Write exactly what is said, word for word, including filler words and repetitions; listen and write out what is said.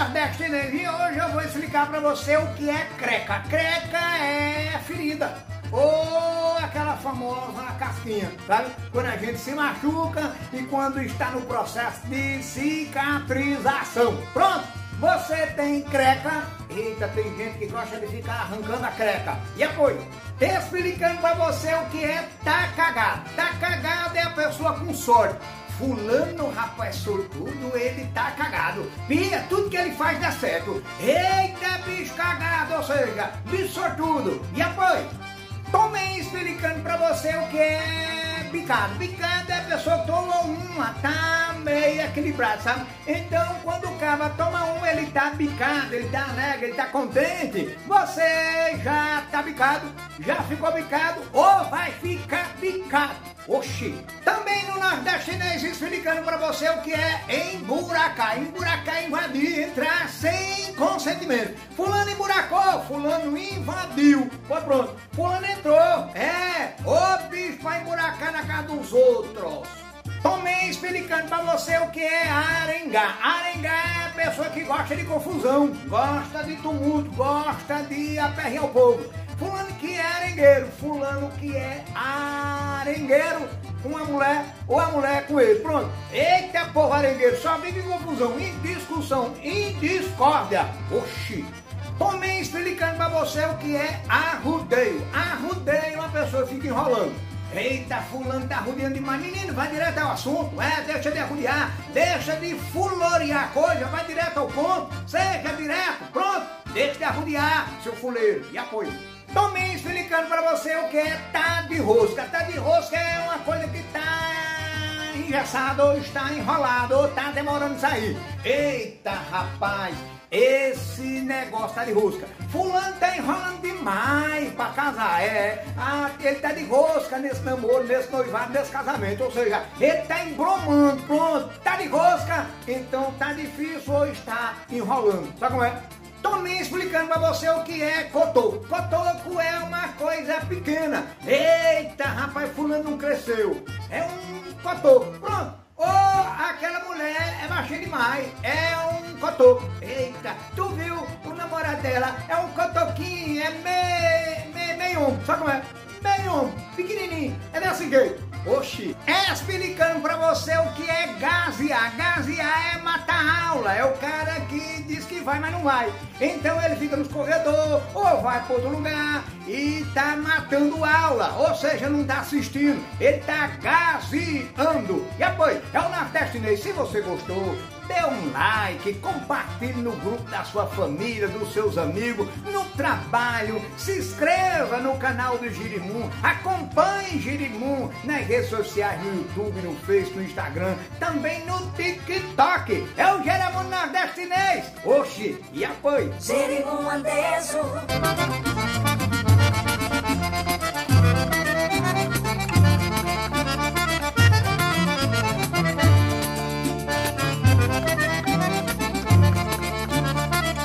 nordestinês e hoje eu vou explicar pra você o que é creca. Creca é ferida, ou aquela famosa casquinha, sabe? Quando a gente se machuca e quando está no processo de cicatrização. Pronto, você tem creca. Eita, tem gente que gosta de ficar arrancando a creca. E apoio, explicando pra você o que é tá cagado. Tá cagado é a pessoa com sorte. Fulano, rapaz, sortudo, ele tá cagado. Pia, tudo que ele faz dá certo. Eita, bicho cagado, ou seja, bicho sortudo. E apoio, também explicando pra você o que é bicado. Bicado é a pessoa que tomou uma, tá meio equilibrado, sabe? Então, quando o cara toma uma, ele tá bicado, ele tá alegre, ele tá contente. Você já tá bicado, já ficou bicado ou vai ficar bicado. Oxi! Também no nordestinês explicando pra você o que é emburacar. Emburacar é invadir, entrar sem consentimento. Fulano emburacou, fulano invadiu. Foi pronto, fulano entrou. É, o bicho vai emburacar na casa dos outros. Também explicando pra você o que é arengar. Arengar é a pessoa que gosta de confusão, gosta de tumulto, gosta de aperrear o povo. Fulano que é arengueiro, fulano que é arengueiro com a mulher ou a mulher com ele. Pronto. Eita porra, arengueiro, só vive em confusão, em discussão, em discórdia. Oxi. Também explicando pra você o que é arrudeio. Arrudeio é uma pessoa que fica enrolando. Eita, fulano tá arrudeando demais. Menino, vai direto ao assunto. É, deixa de arrudear, deixa de fulorear a coisa, vai direto ao ponto. Seja direto, pronto. Deixa de arrudear, seu fuleiro. E apoio. Também explicando pra você o que é tá de rosca. Tá de rosca é uma coisa que tá engessada, ou está enrolado, ou tá demorando a sair. Eita, rapaz, esse negócio tá de rosca. Fulano tá enrolando demais pra casar, é. Ah, ele tá de rosca nesse namoro, nesse noivado, nesse casamento. Ou seja, ele tá embromando, pronto, tá de rosca, então tá difícil ou está enrolando. Sabe como é? Também explicando pra você o que é cotoco. Cotoco é uma coisa pequena. Eita, rapaz, fulano não cresceu. É um cotoco, pronto. Ou aquela mulher é baixinha demais. É um cotoco. Eita, tu viu o namorado dela? É um cotoquinho, é meio, meio, meio ombro. Sabe como é? Meio ombro, pequenininho. É desse jeito. Oxi, é explicando pra você o que é gasear. Gasear é matar a aula, é o cara que diz que vai, mas não vai. Então ele fica nos corredores, ou vai para outro lugar e tá matando a aula, ou seja, não tá assistindo, ele tá gaseando. E apoio, é o nordestinês. Se você gostou, dê um like, compartilhe no grupo da sua família, dos seus amigos, no trabalho, se inscreva no canal do Girimum, acompanhe Girimum nas redes sociais, no YouTube, no Facebook, no Instagram, também no TikTok. É o Girimum nordestinês. Oxi, e apoio. Girimum Andejo.